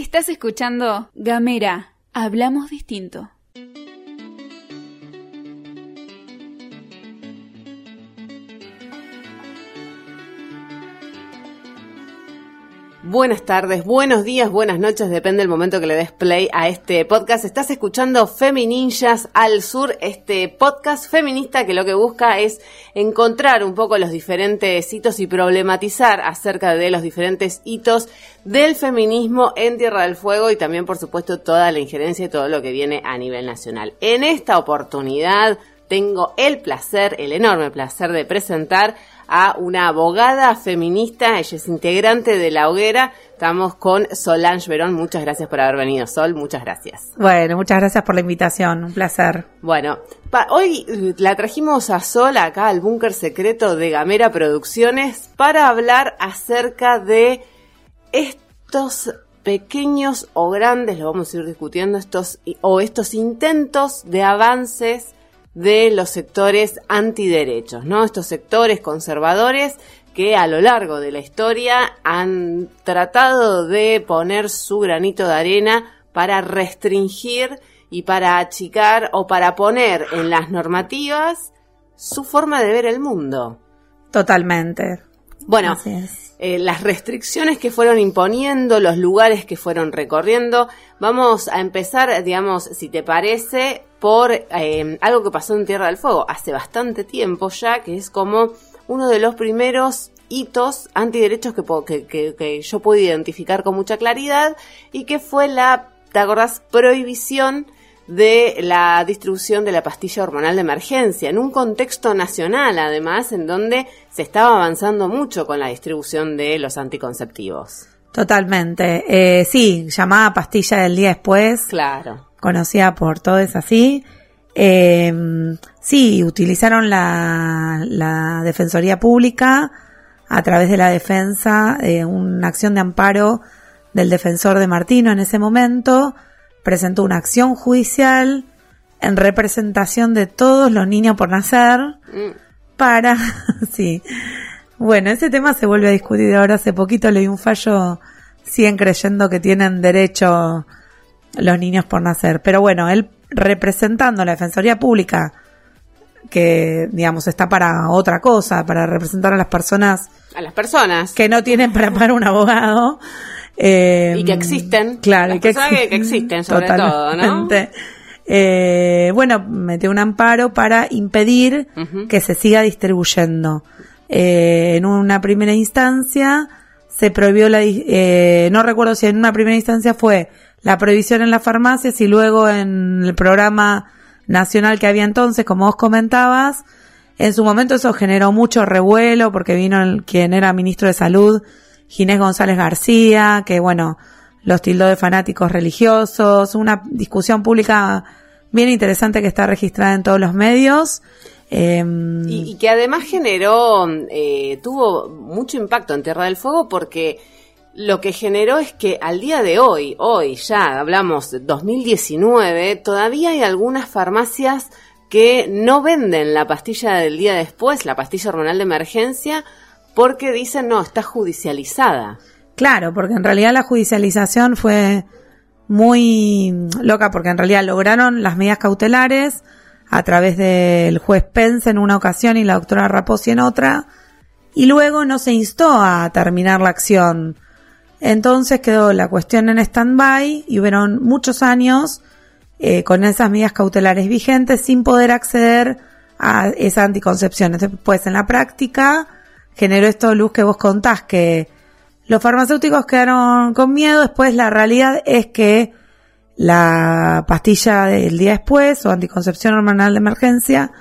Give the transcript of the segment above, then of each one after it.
Estás escuchando Gamera, hablamos distinto. Buenas tardes, buenos días, buenas noches, depende del momento que le des play a este podcast. Estás escuchando Femininjas al Sur, este podcast feminista que lo que busca es encontrar un poco los diferentes hitos y problematizar acerca de los diferentes hitos del feminismo en Tierra del Fuego y también, por supuesto, toda la injerencia y todo lo que viene a nivel nacional. En esta oportunidad tengo el enorme placer de presentar a una abogada feminista. Ella es integrante de La Hoguera. Estamos con Solange Verón. Muchas gracias por haber venido, Sol. Muchas gracias. Bueno, muchas gracias por la invitación. Un placer. Bueno, hoy la trajimos a Sol acá al búnker secreto de Gamera Producciones para hablar acerca de estos pequeños o grandes, lo vamos a ir discutiendo, estos intentos de avances de los sectores antiderechos, ¿no? Estos sectores conservadores que a lo largo de la historia han tratado de poner su granito de arena para restringir y para achicar o para poner en las normativas su forma de ver el mundo. Totalmente. Bueno, las restricciones que fueron imponiendo, los lugares que fueron recorriendo. Vamos a empezar, digamos, si te parece, por algo que pasó en Tierra del Fuego hace bastante tiempo ya, que es como uno de los primeros hitos antiderechos que yo pude identificar con mucha claridad, y que fue ¿te acordás? Prohibición de la distribución de la pastilla hormonal de emergencia, en un contexto nacional además, en donde se estaba avanzando mucho con la distribución de los anticonceptivos. Totalmente. Sí, llamada pastilla del día después. Claro. Conocida por todos así. Sí, utilizaron la Defensoría Pública a través de la defensa, una acción de amparo del defensor de Martino en ese momento. Presentó una acción judicial en representación de todos los niños por nacer para... sí. Bueno, ese tema se vuelve a discutir ahora. Hace poquito leí un fallo, siguen creyendo que tienen derecho los niños por nacer. Pero bueno, él representando la Defensoría Pública, que digamos está para otra cosa, para representar a las personas que no tienen para pagar un abogado. Y que existen. Claro, y que existen sobre totalmente. Todo, ¿no? Bueno, metió un amparo para impedir que se siga distribuyendo. En una primera instancia se prohibió no recuerdo si en una primera instancia fue la prohibición en las farmacias y luego en el programa nacional que había entonces, como vos comentabas. En su momento eso generó mucho revuelo porque vino quien era ministro de Salud, Ginés González García, que bueno, los tildó de fanáticos religiosos, una discusión pública bien interesante que está registrada en todos los medios. Y que además tuvo mucho impacto en Tierra del Fuego, porque lo que generó es que al día de hoy ya hablamos de 2019, todavía hay algunas farmacias que no venden la pastilla del día después, la pastilla hormonal de emergencia, porque dicen, no, está judicializada. Claro, porque en realidad la judicialización fue muy loca, porque en realidad lograron las medidas cautelares a través del juez Pence en una ocasión y la doctora Raposi en otra, y luego no se instó a terminar la acción. Entonces quedó la cuestión en stand-by y hubieron muchos años con esas medidas cautelares vigentes sin poder acceder a esa anticoncepción. Después, en la práctica, generó esto, Luz, que vos contás, que los farmacéuticos quedaron con miedo. Después la realidad es que la pastilla del día después o anticoncepción hormonal de emergencia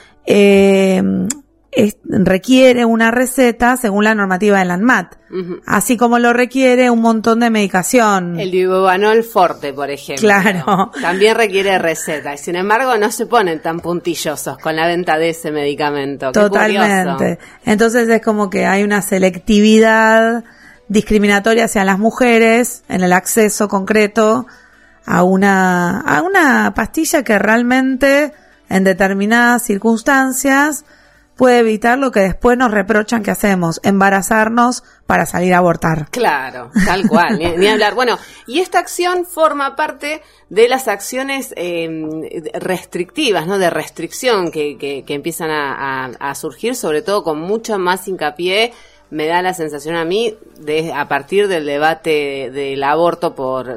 requiere una receta según la normativa del ANMAT, así como lo requiere un montón de medicación. El Dibubanol Forte, por ejemplo. Claro. También requiere receta, y sin embargo no se ponen tan puntillosos con la venta de ese medicamento. Totalmente. Entonces es como que hay una selectividad discriminatoria hacia las mujeres en el acceso concreto a una pastilla que realmente en determinadas circunstancias puede evitar lo que después nos reprochan que hacemos, embarazarnos para salir a abortar. Claro, tal cual, ni hablar. Bueno, y esta acción forma parte de las acciones restrictivas, ¿no? De restricción que empiezan a surgir, sobre todo con mucho más hincapié, me da la sensación a mí, a partir del debate del aborto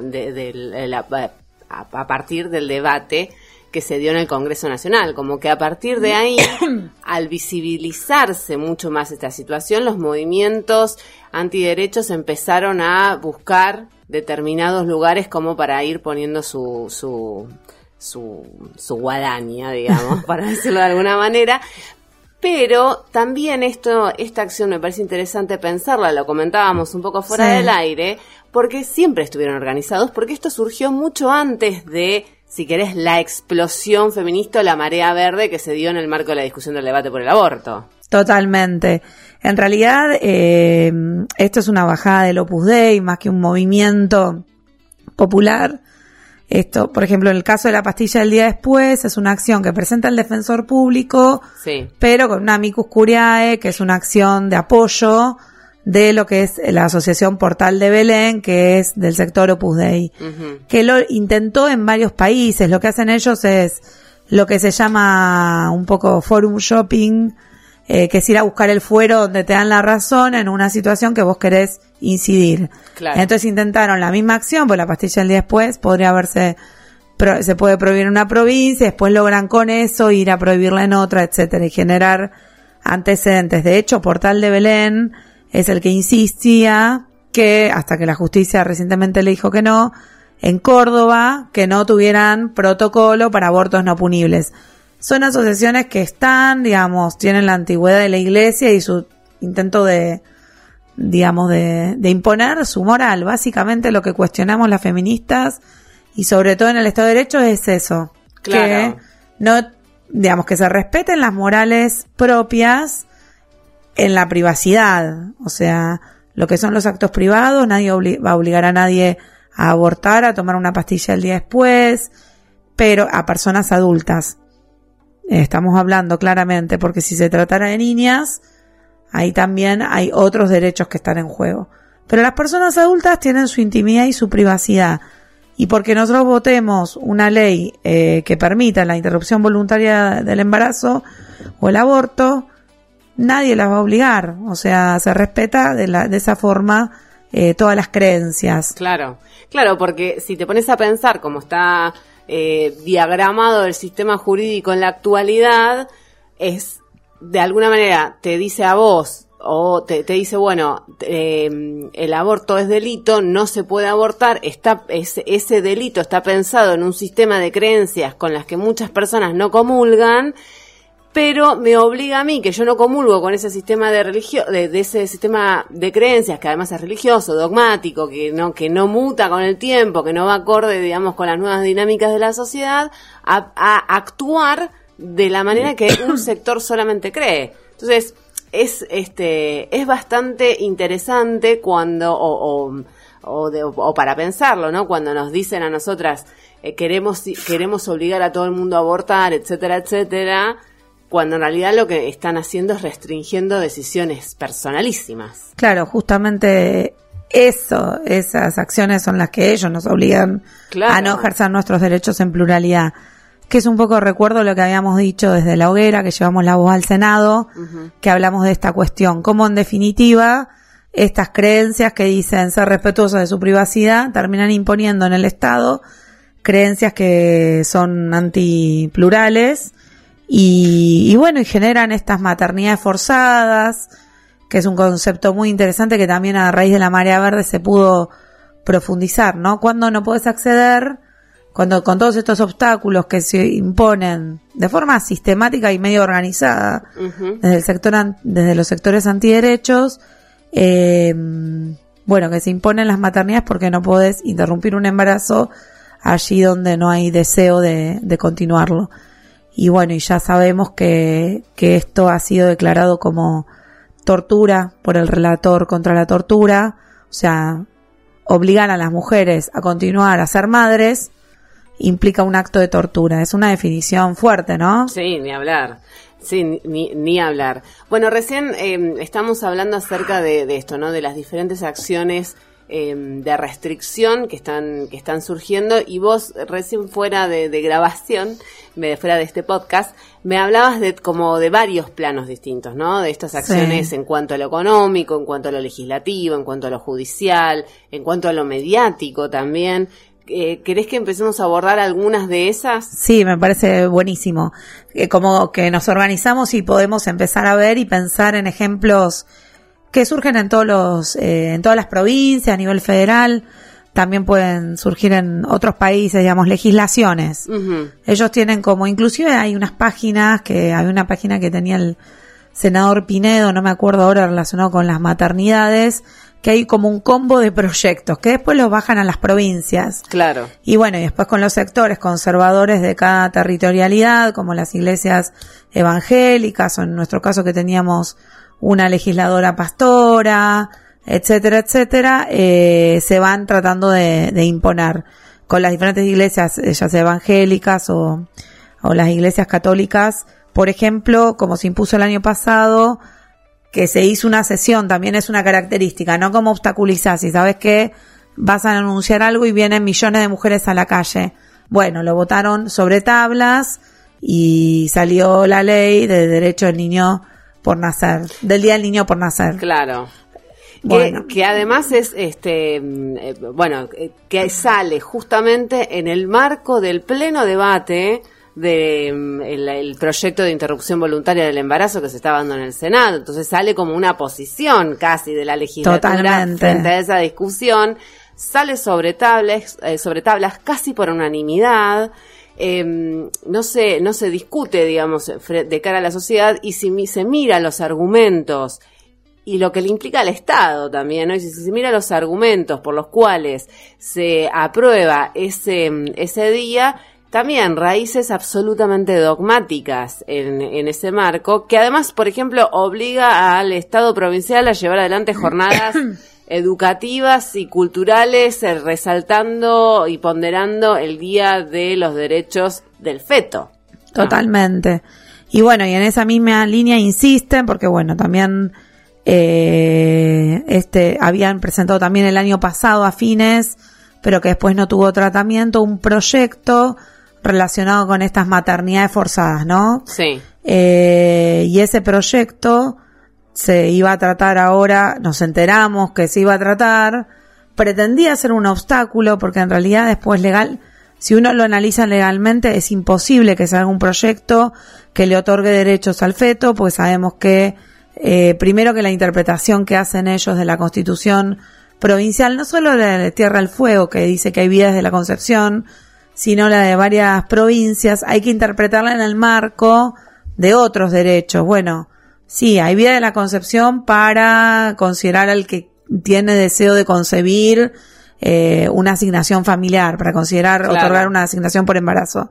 a partir del debate que se dio en el Congreso Nacional, como que a partir de ahí, al visibilizarse mucho más esta situación, los movimientos antiderechos empezaron a buscar determinados lugares como para ir poniendo su guadaña, digamos, para decirlo de alguna manera. Pero también esta acción me parece interesante pensarla, lo comentábamos un poco fuera del aire, porque siempre estuvieron organizados, porque esto surgió mucho antes de, si querés, la explosión feminista o la marea verde que se dio en el marco de la discusión del debate por el aborto. Totalmente. En realidad, esto es una bajada del Opus Dei, más que un movimiento popular. Esto, por ejemplo, en el caso de la pastilla del día después, es una acción que presenta el defensor público, sí, pero con una amicus curiae, que es una acción de apoyo de lo que es la Asociación Portal de Belén, que es del sector Opus Dei, que lo intentó en varios países. Lo que hacen ellos es lo que se llama un poco forum shopping, que es ir a buscar el fuero donde te dan la razón en una situación que vos querés incidir. Claro. Entonces intentaron la misma acción, pues la pastilla del día después podría se puede prohibir en una provincia, después logran con eso ir a prohibirla en otra, etcétera, y generar antecedentes. De hecho, Portal de Belén es el que insistía que, hasta que la justicia recientemente le dijo que no, en Córdoba, que no tuvieran protocolo para abortos no punibles. Son asociaciones que están, digamos, tienen la antigüedad de la iglesia y su intento de imponer su moral. Básicamente lo que cuestionamos las feministas y sobre todo en el Estado de Derecho es eso. Claro. Que no, digamos, que se respeten las morales propias en la privacidad. O sea, lo que son los actos privados, nadie va a obligar a nadie a abortar, a tomar una pastilla el día después, pero a personas adultas. Estamos hablando claramente, porque si se tratara de niñas, ahí también hay otros derechos que están en juego. Pero las personas adultas tienen su intimidad y su privacidad. Y porque nosotros votemos una ley que permita la interrupción voluntaria del embarazo o el aborto, nadie las va a obligar. O sea, se respeta de esa forma todas las creencias. Claro, porque si te pones a pensar cómo está diagramado el sistema jurídico en la actualidad, es de alguna manera te dice a vos o te dice, bueno, el aborto es delito, no se puede abortar, ese delito está pensado en un sistema de creencias con las que muchas personas no comulgan, pero me obliga a mí, que yo no comulgo con ese sistema de ese sistema de creencias, que además es religioso, dogmático, que no muta con el tiempo, que no va acorde, digamos, con las nuevas dinámicas de la sociedad, a actuar de la manera que un sector solamente cree. Entonces, es bastante interesante cuando, o para pensarlo, ¿no? Cuando nos dicen a nosotras, queremos obligar a todo el mundo a abortar, etcétera, etcétera, cuando en realidad lo que están haciendo es restringiendo decisiones personalísimas. Claro, justamente esas acciones son las que ellos nos obligan a no ejercer nuestros derechos en pluralidad. Que es un poco, recuerdo lo que habíamos dicho desde la hoguera, que llevamos la voz al Senado, que hablamos de esta cuestión, como en definitiva estas creencias que dicen ser respetuosos de su privacidad terminan imponiendo en el Estado creencias que son antiplurales y bueno, y generan estas maternidades forzadas, que es un concepto muy interesante que también a raíz de la marea verde se pudo profundizar, ¿no? Cuando no puedes acceder, cuando con todos estos obstáculos que se imponen de forma sistemática y medio organizada desde los sectores antiderechos, bueno, que se imponen las maternidades porque no podés interrumpir un embarazo allí donde no hay deseo de continuarlo. Y bueno, y ya sabemos que esto ha sido declarado como tortura por el relator contra la tortura, o sea, obligar a las mujeres a continuar a ser madres implica un acto de tortura. Es una definición fuerte, ¿no? Sí, ni hablar. Sí, ni hablar. Bueno, recién estamos hablando acerca de esto, ¿no? De las diferentes acciones de restricción que están surgiendo, y vos recién fuera de grabación, fuera de este podcast, me hablabas como de varios planos distintos, ¿no? De estas acciones en cuanto a lo económico, en cuanto a lo legislativo, en cuanto a lo judicial, en cuanto a lo mediático también. ¿Querés que empecemos a abordar algunas de esas? Sí, me parece buenísimo. Como que nos organizamos y podemos empezar a ver y pensar en ejemplos que surgen en todas las provincias, a nivel federal. También pueden surgir en otros países, digamos, legislaciones. Uh-huh. Ellos tienen inclusive hay unas páginas, había una página que tenía el senador Pinedo, no me acuerdo ahora, relacionado con las maternidades, que hay como un combo de proyectos que después los bajan a las provincias. Claro. Y bueno, y después con los sectores conservadores de cada territorialidad, como las iglesias evangélicas, o en nuestro caso que teníamos una legisladora pastora, etcétera, etcétera, se van tratando de imponer con las diferentes iglesias, ya sea evangélicas o las iglesias católicas. Por ejemplo, como se impuso el año pasado, que se hizo una sesión, también es una característica, no como obstaculizar, si sabes que vas a anunciar algo y vienen millones de mujeres a la calle. Bueno, lo votaron sobre tablas y salió la ley de derecho del niño por nacer, del Día del Niño por nacer. Claro. Bueno. Que además es que sale justamente en el marco del pleno debate de el proyecto de interrupción voluntaria del embarazo que se estaba dando en el Senado. Entonces sale como una posición casi de la legislatura. Totalmente. Frente a esa discusión, sale sobre tablas casi por unanimidad. No se discute, digamos, de cara a la sociedad, y si se mira los argumentos y lo que le implica al Estado también, ¿no? Y si se mira los argumentos por los cuales se aprueba ese día, también raíces absolutamente dogmáticas en ese marco, que además, por ejemplo, obliga al Estado provincial a llevar adelante jornadas educativas y culturales, resaltando y ponderando el Día de los Derechos del Feto. Totalmente. Y bueno, y en esa misma línea insisten, porque bueno, también habían presentado también el año pasado a fines, pero que después no tuvo tratamiento, un proyecto relacionado con estas maternidades forzadas, ¿no? Sí. Y ese proyecto se iba a tratar ahora, nos enteramos que se iba a tratar, pretendía ser un obstáculo, porque en realidad después legal, si uno lo analiza legalmente, es imposible que se haga un proyecto que le otorgue derechos al feto, porque sabemos que, primero que la interpretación que hacen ellos de la Constitución provincial, no solo la de Tierra del Fuego, que dice que hay vida desde la concepción, sino la de varias provincias, hay que interpretarla en el marco de otros derechos. Bueno, sí, hay vida de la concepción para considerar al que tiene deseo de concebir una asignación familiar, para considerar otorgar una asignación por embarazo,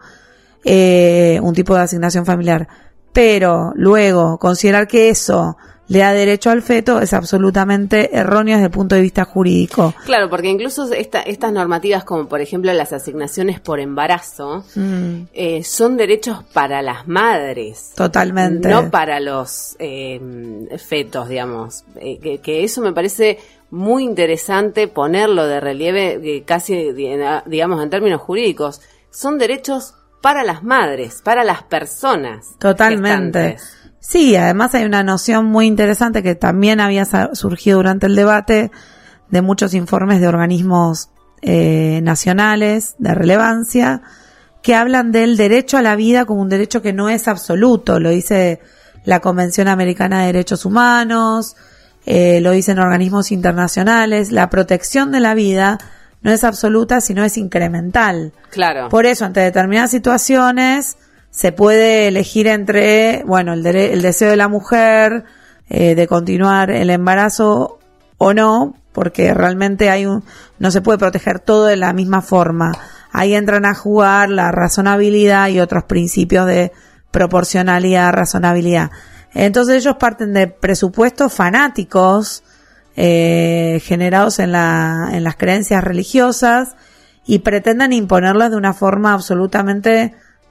un tipo de asignación familiar. Pero luego, considerar que eso le da derecho al feto es absolutamente erróneo desde el punto de vista jurídico. Claro, porque incluso estas normativas, como por ejemplo las asignaciones por embarazo, son derechos para las madres. Totalmente. No para los fetos, digamos. Que eso me parece muy interesante ponerlo de relieve, casi, digamos, en términos jurídicos. Son derechos para las madres, para las personas. Totalmente. Gestantes. Sí, además hay una noción muy interesante que también había surgido durante el debate de muchos informes de organismos nacionales de relevancia que hablan del derecho a la vida como un derecho que no es absoluto. Lo dice la Convención Americana de Derechos Humanos, lo dicen organismos internacionales. La protección de la vida no es absoluta, sino es incremental. Claro. Por eso, ante determinadas situaciones se puede elegir entre, bueno, el deseo de la mujer de continuar el embarazo o no, porque realmente no se puede proteger todo de la misma forma. Ahí entran a jugar la razonabilidad y otros principios de proporcionalidad, razonabilidad. Entonces ellos parten de presupuestos fanáticos generados en las creencias religiosas y pretenden imponerlas de una forma absolutamente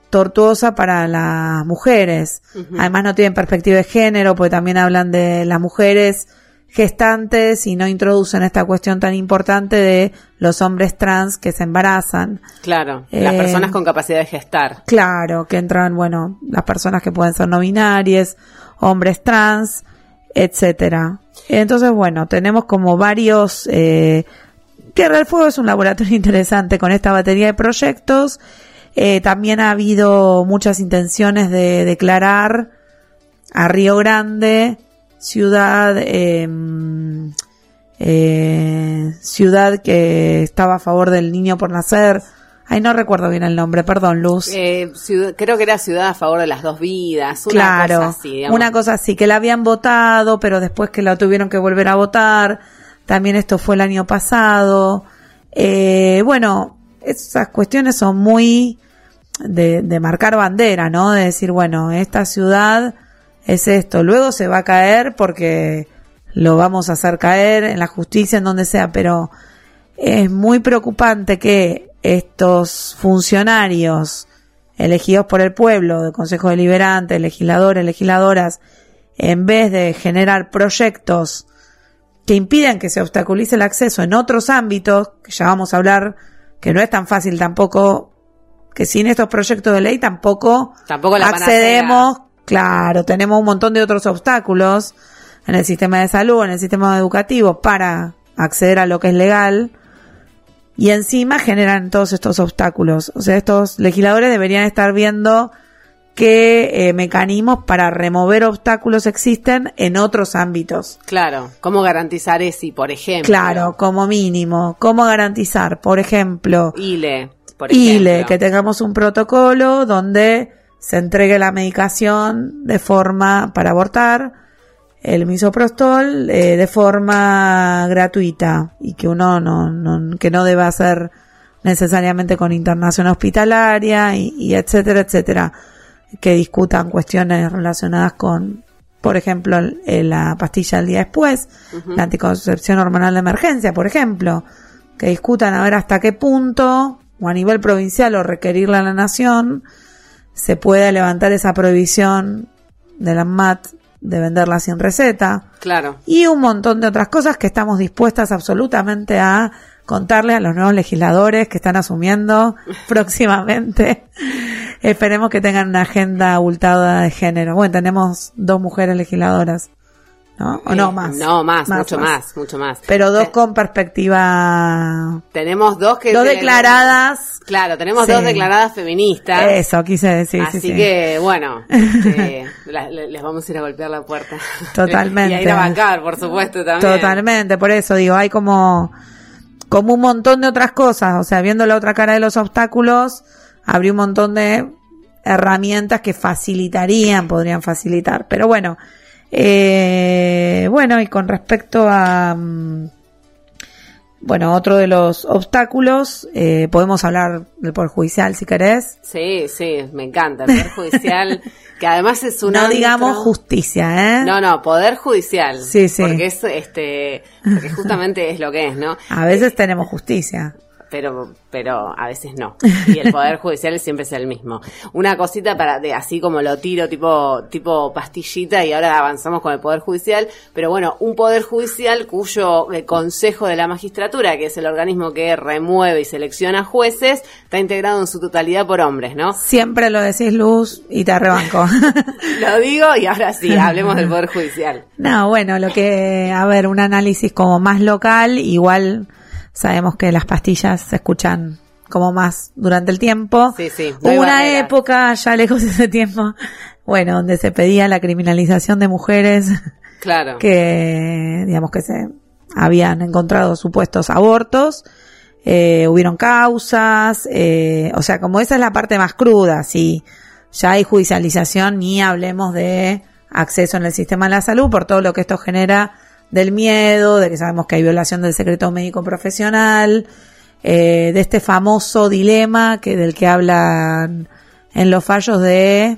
tortuosa para las mujeres. Uh-huh. Además no tienen perspectiva de género, porque también hablan de las mujeres gestantes y no introducen esta cuestión tan importante de los hombres trans que se embarazan. Claro, las personas con capacidad de gestar. Claro, que entran, bueno, las personas que pueden ser no binarias, hombres trans, etcétera. Entonces, bueno, tenemos como varios... Tierra del Fuego es un laboratorio interesante con esta batería de proyectos. También ha habido muchas intenciones de declarar a Río Grande ciudad que estaba a favor del niño por nacer. Ay, no recuerdo bien el nombre, perdón, Luz. Creo que era ciudad a favor de las dos vidas, claro, cosa así, digamos. Una cosa así, que la habían votado, pero después que la tuvieron que volver a votar. También esto fue el año pasado. Bueno, esas cuestiones son muy de marcar bandera, ¿no? De decir, bueno, esta ciudad es esto. Luego se va a caer porque lo vamos a hacer caer en la justicia, en donde sea, pero es muy preocupante que estos funcionarios elegidos por el pueblo, del Consejo Deliberante, legisladores, legisladoras, en vez de generar proyectos que impidan que se obstaculice el acceso en otros ámbitos, que ya vamos a hablar, que no es tan fácil tampoco, que sin estos proyectos de ley tampoco accedemos, claro, tenemos un montón de otros obstáculos en el sistema de salud, en el sistema educativo, para acceder a lo que es legal, y encima generan todos estos obstáculos. O sea, estos legisladores deberían estar viendo qué mecanismos para remover obstáculos existen en otros ámbitos. Claro, ¿cómo garantizar ESI, por ejemplo? Claro, como mínimo. ¿Cómo garantizar, por ejemplo? ILE, por ejemplo. ILE, que tengamos un protocolo donde se entregue la medicación de forma para abortar, el misoprostol, de forma gratuita, y que uno que no deba ser necesariamente con internación hospitalaria y etcétera, etcétera. Que discutan cuestiones relacionadas con, por ejemplo, la pastilla el día después, uh-huh. La anticoncepción hormonal de emergencia, por ejemplo, que discutan a ver hasta qué punto, o a nivel provincial o requerirle a la nación, se puede levantar esa prohibición de la ANMAT de venderla sin receta. Claro. Y un montón de otras cosas que estamos dispuestas absolutamente a contarle a los nuevos legisladores que están asumiendo próximamente. Esperemos que tengan una agenda abultada de género. Bueno, tenemos 2 mujeres legisladoras, ¿no? O no, más. No, mucho más. Pero 2 con perspectiva... Tenemos 2 que... 2 declaradas. Claro, tenemos sí. 2 declaradas feministas. Eso, quise decir, así sí. que, bueno, les vamos a ir a golpear la puerta. Totalmente. Y a ir a bancar, por supuesto, también. Totalmente, por eso digo, hay como un montón de otras cosas. O sea, viendo la otra cara de los obstáculos, habría un montón de herramientas que podrían facilitar. Pero bueno, y con respecto a, otro de los obstáculos, podemos hablar del Poder Judicial, si querés. Sí, me encanta. El Poder Judicial, que además es un No digamos justicia, ¿eh? No, Poder Judicial. Sí. Porque es, porque justamente es lo que es, ¿no? A veces tenemos justicia. Pero a veces no. Y el Poder Judicial siempre es el mismo. Una cosita así como lo tiro, tipo pastillita, y ahora avanzamos con el Poder Judicial. Pero bueno, un Poder Judicial cuyo Consejo de la Magistratura, que es el organismo que remueve y selecciona jueces, está integrado en su totalidad por hombres, ¿no? Siempre lo decís, Luz, y te rebanco. Lo digo, y ahora sí, hablemos del Poder Judicial. No, bueno, un análisis como más local, igual... Sabemos que las pastillas se escuchan como más durante el tiempo. Sí. Hubo una época, ya lejos de ese tiempo, donde se pedía la criminalización de mujeres. Claro. Que, digamos, que se habían encontrado supuestos abortos. Hubieron causas. O sea, como esa es la parte más cruda, si ya hay judicialización, ni hablemos de acceso en el sistema de la salud por todo lo que esto genera del miedo, de que sabemos que hay violación del secreto médico profesional, de este famoso dilema del que hablan en los fallos de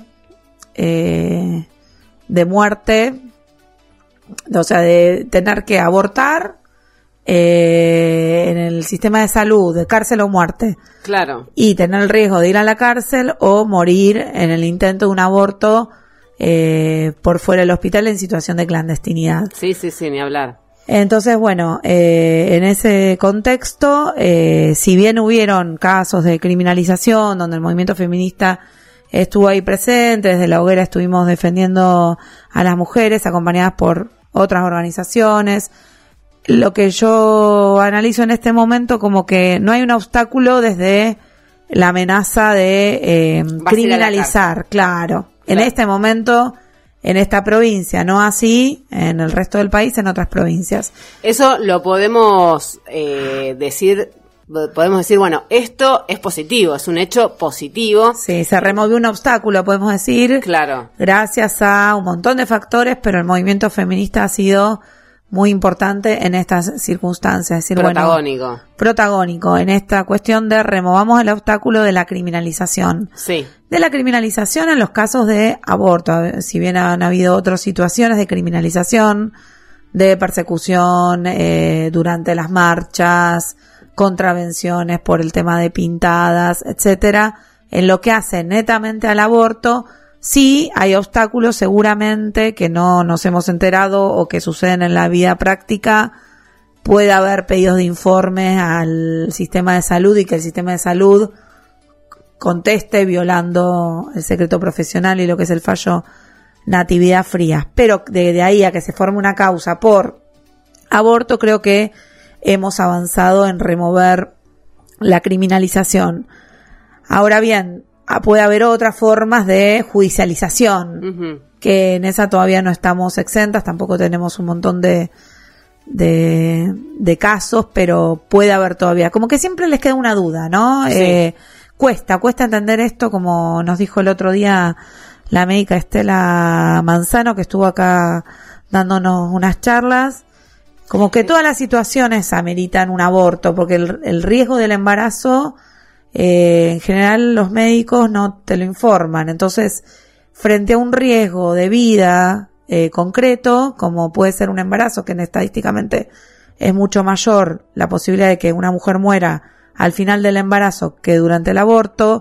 muerte, o sea, de tener que abortar en el sistema de salud, de cárcel o muerte. Claro. Y tener el riesgo de ir a la cárcel o morir en el intento de un aborto por fuera del hospital en situación de clandestinidad. Sí, ni hablar. Entonces, bueno, en ese contexto, si bien hubieron casos de criminalización donde el movimiento feminista estuvo ahí presente, desde la hoguera estuvimos defendiendo a las mujeres acompañadas por otras organizaciones, lo que yo analizo en este momento como que no hay un obstáculo desde la amenaza de criminalizar, claro. En este momento, en esta provincia, no así en el resto del país, en otras provincias. Eso lo podemos decir, bueno, esto es positivo, es un hecho positivo. Sí, se removió un obstáculo, podemos decir. Claro. Gracias a un montón de factores, pero el movimiento feminista ha sido muy importante en estas circunstancias. Es decir, protagónico. Protagónico en esta cuestión de removamos el obstáculo de la criminalización. Sí. De la criminalización en los casos de aborto. Si bien han habido otras situaciones de criminalización, de persecución durante las marchas, contravenciones por el tema de pintadas, etcétera, en lo que hace netamente al aborto, sí hay obstáculos seguramente que no nos hemos enterado o que suceden en la vida práctica. Puede haber pedidos de informes al sistema de salud y que el sistema de salud conteste violando el secreto profesional y lo que es el fallo Natividad Frías. Pero de ahí a que se forme una causa por aborto, creo que hemos avanzado en remover la criminalización. Ahora bien, puede haber otras formas de judicialización, que en esa todavía no estamos exentas, tampoco tenemos un montón de casos, pero puede haber todavía. Como que siempre les queda una duda, ¿no? Sí. Cuesta entender esto, como nos dijo el otro día la médica Estela Manzano, que estuvo acá dándonos unas charlas. Como que todas las situaciones ameritan un aborto, porque el riesgo del embarazo, en general los médicos no te lo informan. Entonces, frente a un riesgo de vida concreto, como puede ser un embarazo, que estadísticamente es mucho mayor la posibilidad de que una mujer muera al final del embarazo que durante el aborto,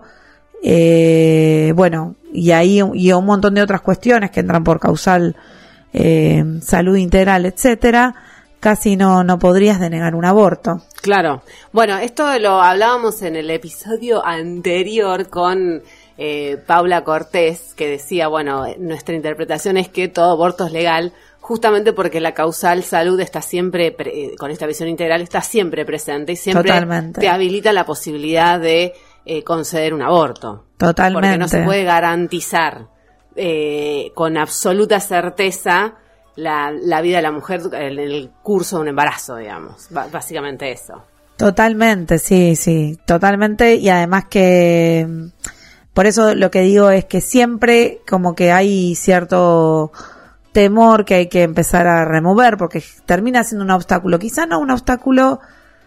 bueno, y ahí y un montón de otras cuestiones que entran por causal salud integral, etcétera, casi no podrías denegar un aborto. Claro. Bueno, esto lo hablábamos en el episodio anterior con Paula Cortés, que decía, bueno, nuestra interpretación es que todo aborto es legal, justamente porque la causal salud está siempre, con esta visión integral, está siempre presente y siempre Totalmente. Te habilita la posibilidad de conceder un aborto. Totalmente. Porque no se puede garantizar con absoluta certeza la vida de la mujer en el curso de un embarazo, digamos. Básicamente eso. Totalmente, sí, totalmente. Y además que, por eso lo que digo es que siempre como que hay cierto temor que hay que empezar a remover, porque termina siendo un obstáculo. Quizá no un obstáculo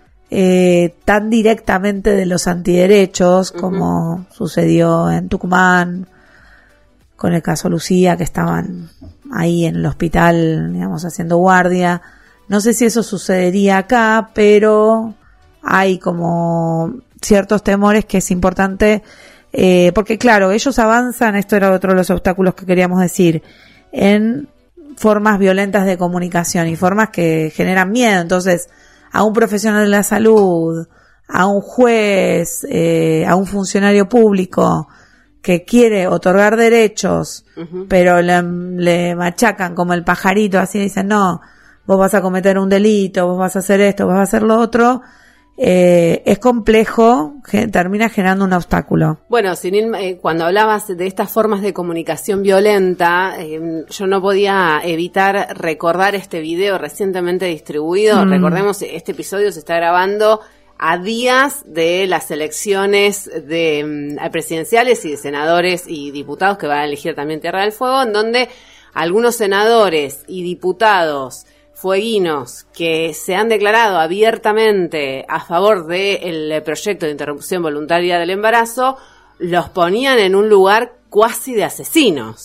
tan directamente de los antiderechos, como sucedió en Tucumán, con el caso Lucía, que estaban ahí en el hospital, digamos, haciendo guardia. No sé si eso sucedería acá, pero hay como ciertos temores que es importante, porque claro, ellos avanzan, esto era otro de los obstáculos que queríamos decir, en formas violentas de comunicación y formas que generan miedo. Entonces, a un profesional de la salud, a un juez, a un funcionario público que quiere otorgar derechos, pero le machacan como el pajarito, así dicen, no, vos vas a cometer un delito, vos vas a hacer esto, vos vas a hacer lo otro, es complejo, termina generando un obstáculo. Bueno, cuando hablabas de estas formas de comunicación violenta, yo no podía evitar recordar este video recientemente distribuido. Recordemos, este episodio se está grabando a días de las elecciones presidenciales y de senadores y diputados que van a elegir también Tierra del Fuego, en donde algunos senadores y diputados fueguinos que se han declarado abiertamente a favor del proyecto de interrupción voluntaria del embarazo, los ponían en un lugar cuasi de asesinos.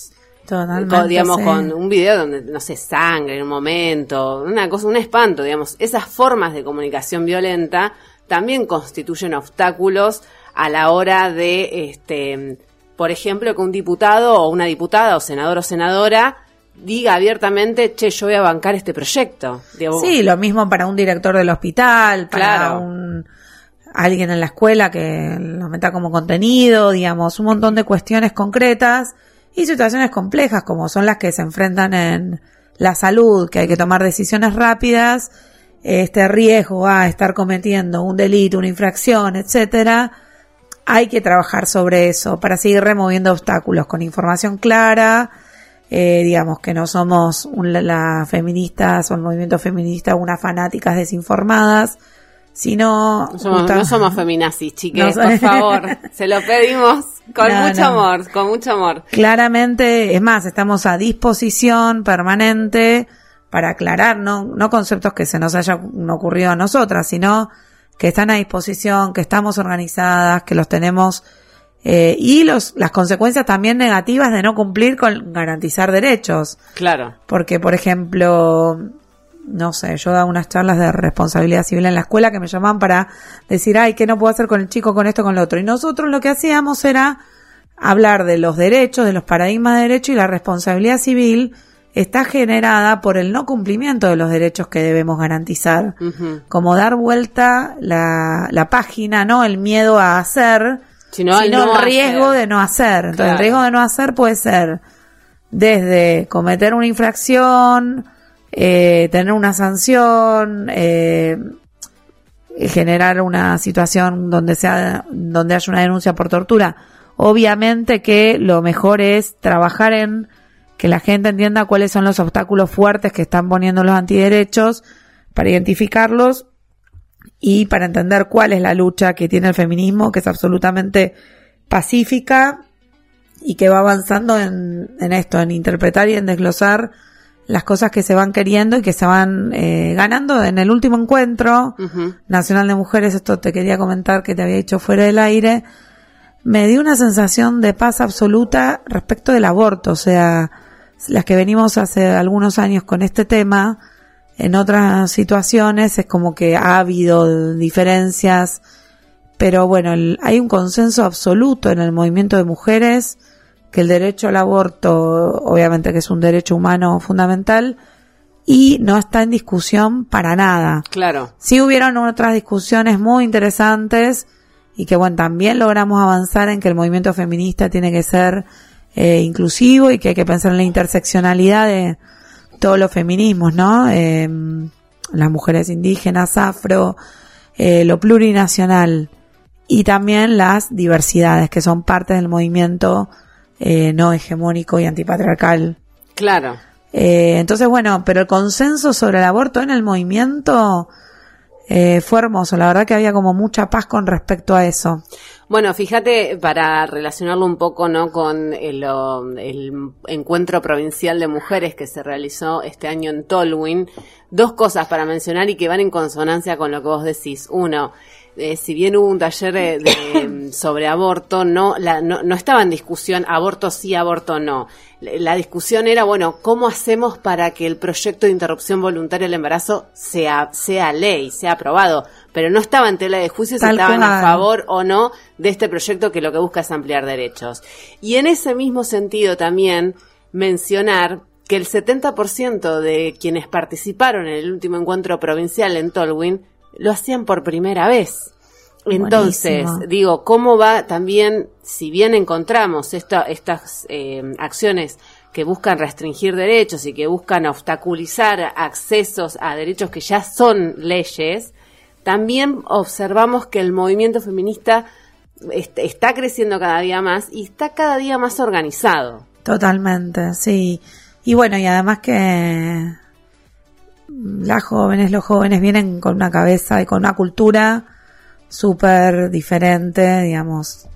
Totalmente, digamos, sí. con un video donde, no sé, sangre en un momento, una cosa, un espanto, digamos. Esas formas de comunicación violenta también constituyen obstáculos a la hora de, por ejemplo, que un diputado o una diputada o senador o senadora diga abiertamente, che, yo voy a bancar este proyecto. Digamos. Sí, lo mismo para un director del hospital, para Claro. alguien en la escuela que lo meta como contenido, digamos, un montón de cuestiones concretas y situaciones complejas como son las que se enfrentan en la salud, que hay que tomar decisiones rápidas, este riesgo a estar cometiendo un delito, una infracción, etcétera. Hay que trabajar sobre eso para seguir removiendo obstáculos con información clara, digamos que no somos las feministas o el movimiento feminista unas fanáticas desinformadas, sino... No somos feminazis, chiques, por favor. Se lo pedimos con mucho amor, con mucho amor. Claramente, es más, estamos a disposición permanente para aclarar, no conceptos que se nos hayan ocurrido a nosotras, sino que están a disposición, que estamos organizadas, que los tenemos, y las consecuencias también negativas de no cumplir con garantizar derechos. Claro. Porque, por ejemplo, no sé, yo daba unas charlas de responsabilidad civil en la escuela que me llamaban para decir, ay, ¿qué no puedo hacer con el chico, con esto, con lo otro? Y nosotros lo que hacíamos era hablar de los derechos, de los paradigmas de derecho, y la responsabilidad civil está generada por el no cumplimiento de los derechos que debemos garantizar. Uh-huh. Como dar vuelta la página, no el miedo a hacer, sino el riesgo de no hacer. Entonces, el riesgo de no hacer puede ser desde cometer una infracción, tener una sanción, generar una situación donde haya una denuncia por tortura. Obviamente que lo mejor es trabajar en que la gente entienda cuáles son los obstáculos fuertes que están poniendo los antiderechos, para identificarlos y para entender cuál es la lucha que tiene el feminismo, que es absolutamente pacífica y que va avanzando en esto, en interpretar y en desglosar las cosas que se van queriendo y que se van ganando. En el último encuentro nacional de mujeres, esto te quería comentar que te había dicho fuera del aire, me dio una sensación de paz absoluta respecto del aborto. O sea, las que venimos hace algunos años con este tema, en otras situaciones es como que ha habido diferencias, pero bueno, hay un consenso absoluto en el movimiento de mujeres que el derecho al aborto, obviamente que es un derecho humano fundamental, y no está en discusión para nada. Claro. Sí hubieron otras discusiones muy interesantes y que bueno, también logramos avanzar en que el movimiento feminista tiene que ser inclusivo y que hay que pensar en la interseccionalidad de todos los feminismos, ¿no? Las mujeres indígenas, afro, lo plurinacional y también las diversidades que son parte del movimiento no hegemónico y antipatriarcal. Claro. Entonces, bueno, pero el consenso sobre el aborto en el movimiento fue hermoso. La verdad que había como mucha paz con respecto a eso. Bueno, fíjate, para relacionarlo un poco, ¿no?, con el encuentro provincial de mujeres que se realizó este año en Tolwyn, dos cosas para mencionar y que van en consonancia con lo que vos decís. Uno, si bien hubo un taller sobre aborto, no estaba en discusión aborto sí, aborto no. La discusión era, bueno, ¿cómo hacemos para que el proyecto de interrupción voluntaria del embarazo sea ley, sea aprobado? Pero no estaba en tela de juicio si estaban a favor o no de este proyecto que lo que busca es ampliar derechos. Y en ese mismo sentido también mencionar que el 70% de quienes participaron en el último encuentro provincial en Tolwyn lo hacían por primera vez. Entonces, buenísimo. Digo, ¿cómo va también, si bien encontramos estas acciones que buscan restringir derechos y que buscan obstaculizar accesos a derechos que ya son leyes, también observamos que el movimiento feminista está creciendo cada día más y está cada día más organizado. Totalmente, sí. Y bueno, y además que los jóvenes vienen con una cabeza y con una cultura súper diferente, digamos.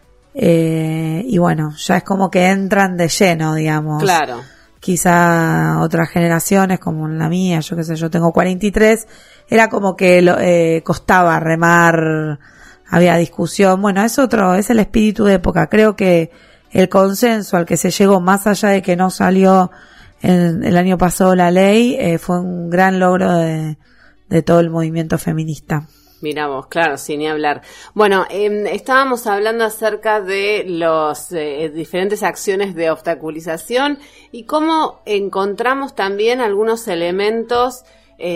Y bueno, ya es como que entran de lleno, digamos. Claro. Quizá otras generaciones como la mía, yo qué sé, yo tengo 43, era como que costaba remar, había discusión. Bueno, es el espíritu de época. Creo que el consenso al que se llegó, más allá de que no salió el año pasado la ley, fue un gran logro de todo el movimiento feminista. Miramos, claro, sin ni hablar. Bueno, estábamos hablando acerca de los diferentes acciones de obstaculización y cómo encontramos también algunos elementos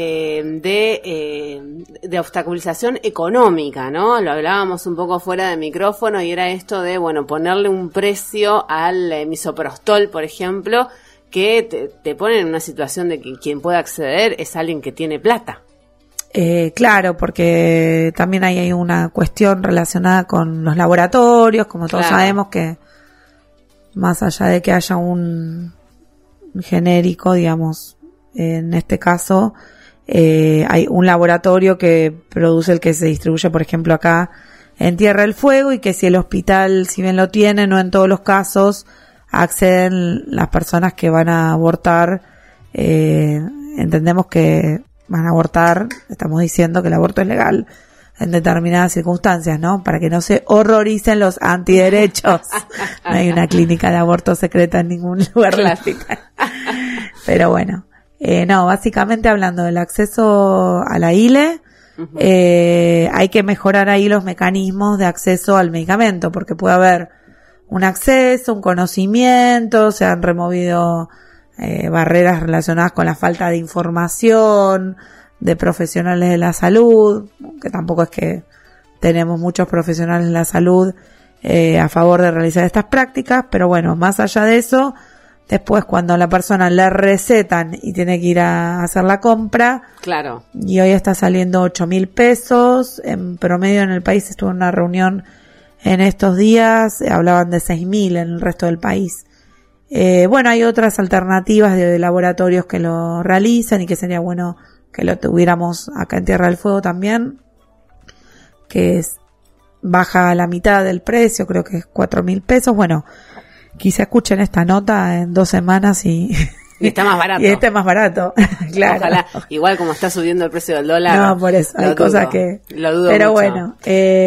de obstaculización económica, ¿no? Lo hablábamos un poco fuera de micrófono y era esto de, bueno, ponerle un precio al misoprostol, por ejemplo, que te pone en una situación de que quien puede acceder es alguien que tiene plata. Claro, porque también hay una cuestión relacionada con los laboratorios, como todos sabemos que más allá de que haya un genérico, digamos, en este caso, hay un laboratorio que produce el que se distribuye, por ejemplo, acá en Tierra del Fuego, y que si el hospital, si bien lo tiene, no en todos los casos acceden las personas que van a abortar. Entendemos que van a abortar, estamos diciendo que el aborto es legal en determinadas circunstancias, ¿no? Para que no se horroricen los antiderechos. No hay una clínica de aborto secreta en ningún lugar del hospital. Pero bueno, no, básicamente hablando del acceso a la ILE, hay que mejorar ahí los mecanismos de acceso al medicamento, porque puede haber un acceso, un conocimiento, se han removido barreras relacionadas con la falta de información de profesionales de la salud, que tampoco es que tenemos muchos profesionales de la salud a favor de realizar estas prácticas, pero bueno, más allá de eso, después cuando a la persona le recetan y tiene que ir a hacer la compra, claro, y hoy está saliendo 8.000 pesos, en promedio en el país, estuve en una reunión en estos días, hablaban de 6.000 en el resto del país. Bueno, hay otras alternativas de laboratorios que lo realizan y que sería bueno que lo tuviéramos acá en Tierra del Fuego también, que baja a la mitad del precio, creo que es 4.000 pesos. Bueno, quizá escuchen esta nota en 2 semanas y está más barato. Y este es más barato, claro. Ojalá, igual como está subiendo el precio del dólar. No, por eso, hay cosas que lo dudo pero mucho. Bueno,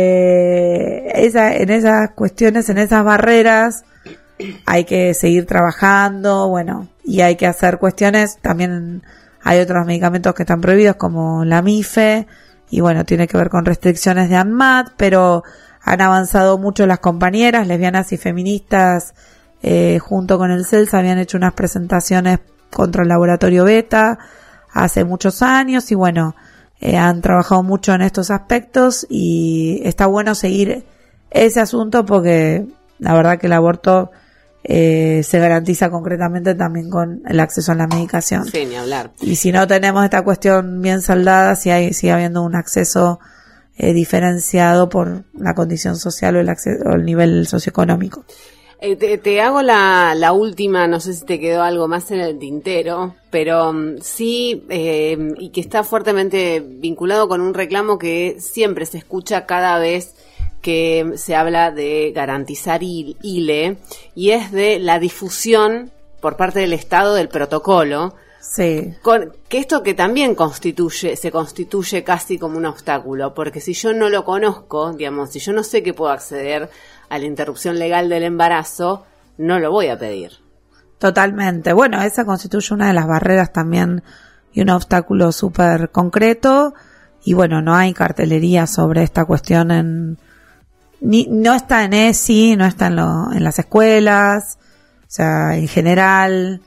en esas cuestiones, en esas barreras, hay que seguir trabajando, bueno, y hay que hacer cuestiones, también hay otros medicamentos que están prohibidos como la MIFE, y bueno, tiene que ver con restricciones de ANMAT, pero han avanzado mucho las compañeras lesbianas y feministas, junto con el CELS habían hecho unas presentaciones contra el laboratorio Beta hace muchos años, y bueno, han trabajado mucho en estos aspectos, y está bueno seguir ese asunto porque la verdad que el aborto se garantiza concretamente también con el acceso a la medicación. Sí, ni hablar. Y si no tenemos esta cuestión bien saldada, sigue habiendo un acceso diferenciado por la condición social o el nivel socioeconómico. Te hago la última, no sé si te quedó algo más en el tintero, pero sí, y que está fuertemente vinculado con un reclamo que siempre se escucha cada vez que se habla de garantizar ILE, y es de la difusión por parte del Estado del protocolo. Sí. Que esto que también se constituye casi como un obstáculo, porque si yo no lo conozco, digamos, si yo no sé que puedo acceder a la interrupción legal del embarazo, no lo voy a pedir. Totalmente. Bueno, esa constituye una de las barreras también y un obstáculo súper concreto, y bueno, no hay cartelería sobre esta cuestión no está en ESI, no está en las escuelas, o sea, en general,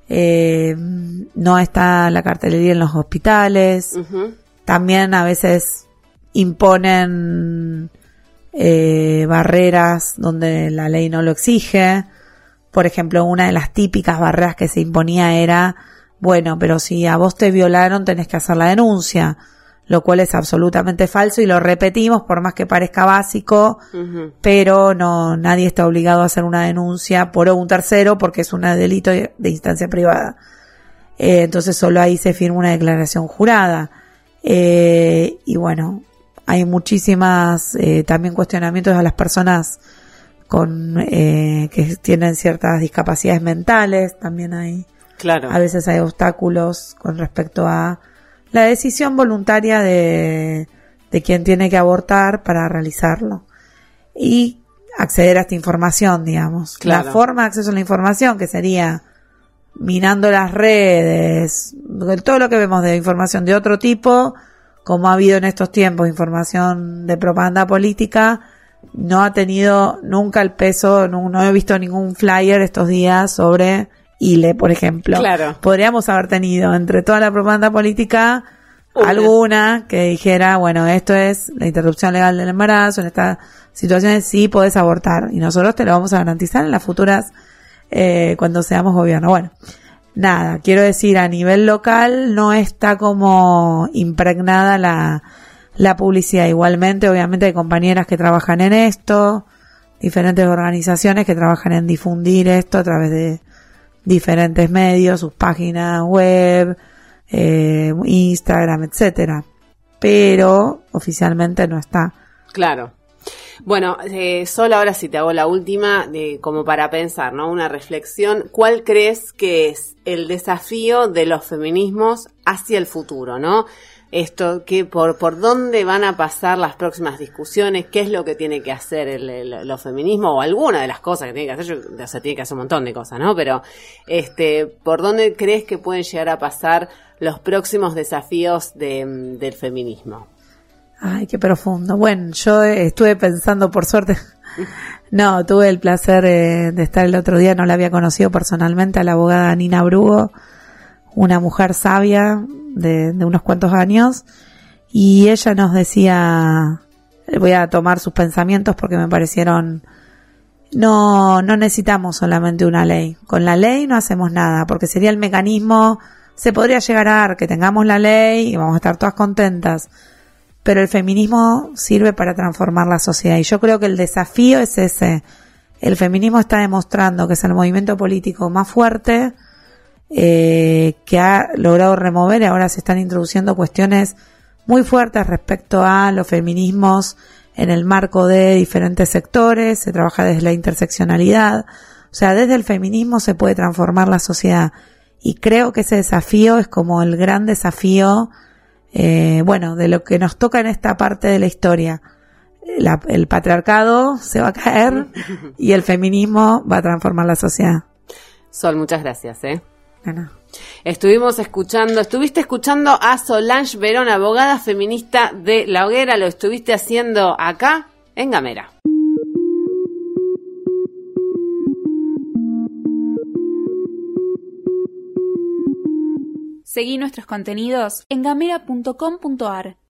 no está la cartelería en los hospitales. Uh-huh. También a veces imponen barreras donde la ley no lo exige. Por ejemplo, una de las típicas barreras que se imponía era, bueno, pero si a vos te violaron tenés que hacer la denuncia, lo cual es absolutamente falso y lo repetimos por más que parezca básico, uh-huh, pero nadie está obligado a hacer una denuncia por un tercero porque es un delito de instancia privada. Entonces solo ahí se firma una declaración jurada. Y bueno, hay muchísimas también cuestionamientos a las personas que tienen ciertas discapacidades mentales, también hay, claro, a veces hay obstáculos con respecto a la decisión voluntaria de quien tiene que abortar para realizarlo. Y acceder a esta información, digamos. Claro. La forma de acceso a la información, que sería minando las redes, todo lo que vemos de información de otro tipo, como ha habido en estos tiempos información de propaganda política, no ha tenido nunca el peso, no he visto ningún flyer estos días sobre ILE, por ejemplo. Claro. Podríamos haber tenido entre toda la propaganda política alguna que dijera, bueno, esto es la interrupción legal del embarazo, en estas situaciones sí podés abortar, y nosotros te lo vamos a garantizar en las futuras cuando seamos gobierno. Bueno, nada, quiero decir, a nivel local no está como impregnada la publicidad. Igualmente, obviamente hay compañeras que trabajan en esto, diferentes organizaciones que trabajan en difundir esto a través de diferentes medios, sus páginas web, Instagram, etcétera, pero oficialmente no está. Claro. Bueno, Sol, ahora sí te hago la última, como para pensar, ¿no? Una reflexión. ¿Cuál crees que es el desafío de los feminismos hacia el futuro, no? Esto, que por dónde van a pasar las próximas discusiones, qué es lo que tiene que hacer los feminismos, o alguna de las cosas que tiene que hacer, tiene que hacer un montón de cosas, ¿no? Pero, ¿por dónde crees que pueden llegar a pasar los próximos desafíos del feminismo? Ay, qué profundo. Bueno, yo estuve pensando, por suerte, no, tuve el placer de estar el otro día, no la había conocido personalmente, a la abogada Nina Brugo, una mujer sabia de unos cuantos años, y ella nos decía, voy a tomar sus pensamientos porque me parecieron, no necesitamos solamente una ley, con la ley no hacemos nada, porque sería el mecanismo, se podría llegar a dar que tengamos la ley y vamos a estar todas contentas, pero el feminismo sirve para transformar la sociedad, y yo creo que el desafío es ese. El feminismo está demostrando que es el movimiento político más fuerte, que ha logrado remover, y ahora se están introduciendo cuestiones muy fuertes respecto a los feminismos en el marco de diferentes sectores, se trabaja desde la interseccionalidad, o sea, desde el feminismo se puede transformar la sociedad, y creo que ese desafío es como el gran desafío, bueno, de lo que nos toca en esta parte de la historia. El patriarcado se va a caer y el feminismo va a transformar la sociedad. Sol, muchas gracias, Bueno. Estuviste escuchando a Solange Verón, abogada feminista de La Hoguera, lo estuviste haciendo acá en Gamera. Seguí nuestros contenidos en gamera.com.ar.